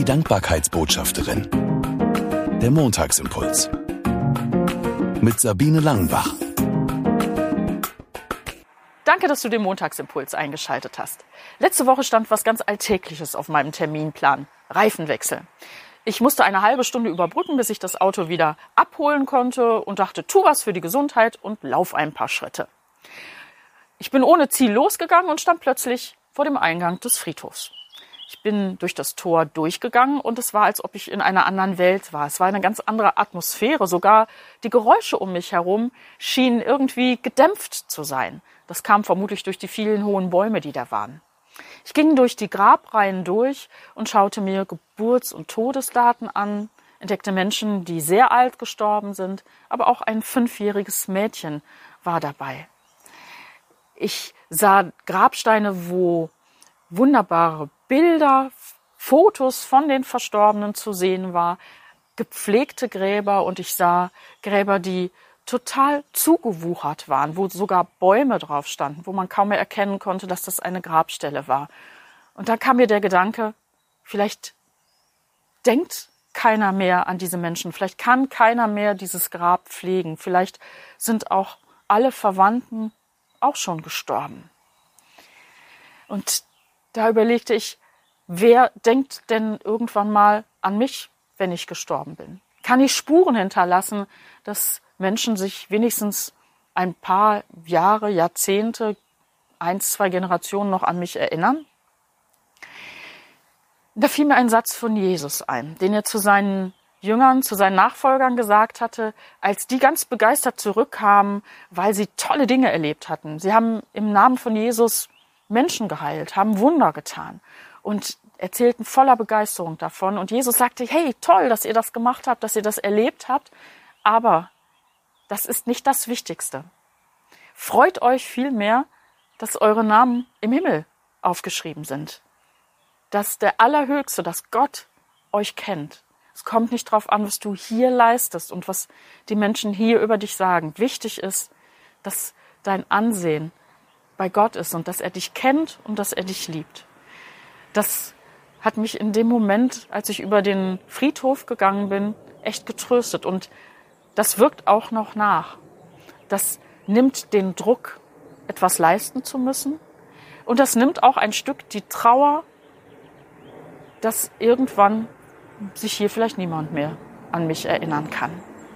Dankbarkeitsbotschafterin. Der Montagsimpuls. Mit Sabine Langenbach. Danke, dass du den Montagsimpuls eingeschaltet hast. Letzte Woche stand was ganz Alltägliches auf meinem Terminplan. Reifenwechsel. Ich musste eine halbe Stunde überbrücken, bis ich das Auto wieder abholen konnte und dachte, tu was für die Gesundheit und lauf ein paar Schritte. Ich bin ohne Ziel losgegangen und stand plötzlich vor dem Eingang des Friedhofs. Ich bin durch das Tor durchgegangen und es war, als ob ich in einer anderen Welt war. Es war eine ganz andere Atmosphäre. Sogar die Geräusche um mich herum schienen irgendwie gedämpft zu sein. Das kam vermutlich durch die vielen hohen Bäume, die da waren. Ich ging durch die Grabreihen durch und schaute mir Geburts- und Todesdaten an, entdeckte Menschen, die sehr alt gestorben sind, aber auch ein 5-jähriges Mädchen war dabei. Ich sah Grabsteine, wo wunderbare Bilder, Fotos von den Verstorbenen zu sehen war, gepflegte Gräber und ich sah Gräber, die total zugewuchert waren, wo sogar Bäume drauf standen, wo man kaum mehr erkennen konnte, dass das eine Grabstelle war. Und da kam mir der Gedanke, vielleicht denkt keiner mehr an diese Menschen, vielleicht kann keiner mehr dieses Grab pflegen, vielleicht sind auch alle Verwandten auch schon gestorben. Und da überlegte ich, wer denkt denn irgendwann mal an mich, wenn ich gestorben bin? Kann ich Spuren hinterlassen, dass Menschen sich wenigstens ein paar Jahre, Jahrzehnte, 1, 2 Generationen noch an mich erinnern? Da fiel mir ein Satz von Jesus ein, den er zu seinen Jüngern, zu seinen Nachfolgern gesagt hatte, als die ganz begeistert zurückkamen, weil sie tolle Dinge erlebt hatten. Sie haben im Namen von Jesus Menschen geheilt, haben Wunder getan und erzählten voller Begeisterung davon. Und Jesus sagte, hey, toll, dass ihr das gemacht habt, dass ihr das erlebt habt, aber das ist nicht das Wichtigste. Freut euch vielmehr, dass eure Namen im Himmel aufgeschrieben sind, dass der Allerhöchste, dass Gott euch kennt. Es kommt nicht darauf an, was du hier leistest und was die Menschen hier über dich sagen. Wichtig ist, dass dein Ansehen bei Gott ist und dass er dich kennt und dass er dich liebt. Das hat mich in dem Moment, als ich über den Friedhof gegangen bin, echt getröstet. Und das wirkt auch noch nach. Das nimmt den Druck, etwas leisten zu müssen. Und das nimmt auch ein Stück die Trauer, dass irgendwann sich hier vielleicht niemand mehr an mich erinnern kann.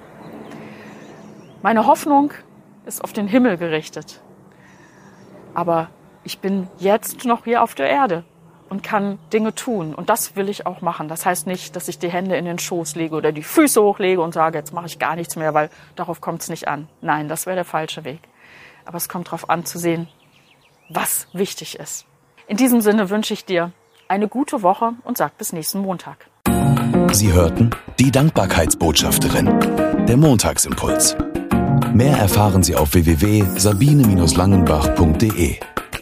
Meine Hoffnung ist auf den Himmel gerichtet. Aber ich bin jetzt noch hier auf der Erde und kann Dinge tun. Und das will ich auch machen. Das heißt nicht, dass ich die Hände in den Schoß lege oder die Füße hochlege und sage, jetzt mache ich gar nichts mehr, weil darauf kommt es nicht an. Nein, das wäre der falsche Weg. Aber es kommt darauf an zu sehen, was wichtig ist. In diesem Sinne wünsche ich dir eine gute Woche und sag bis nächsten Montag. Sie hörten die Dankbarkeitsbotschafterin. Der Montagsimpuls. Mehr erfahren Sie auf www.sabine-langenbach.de.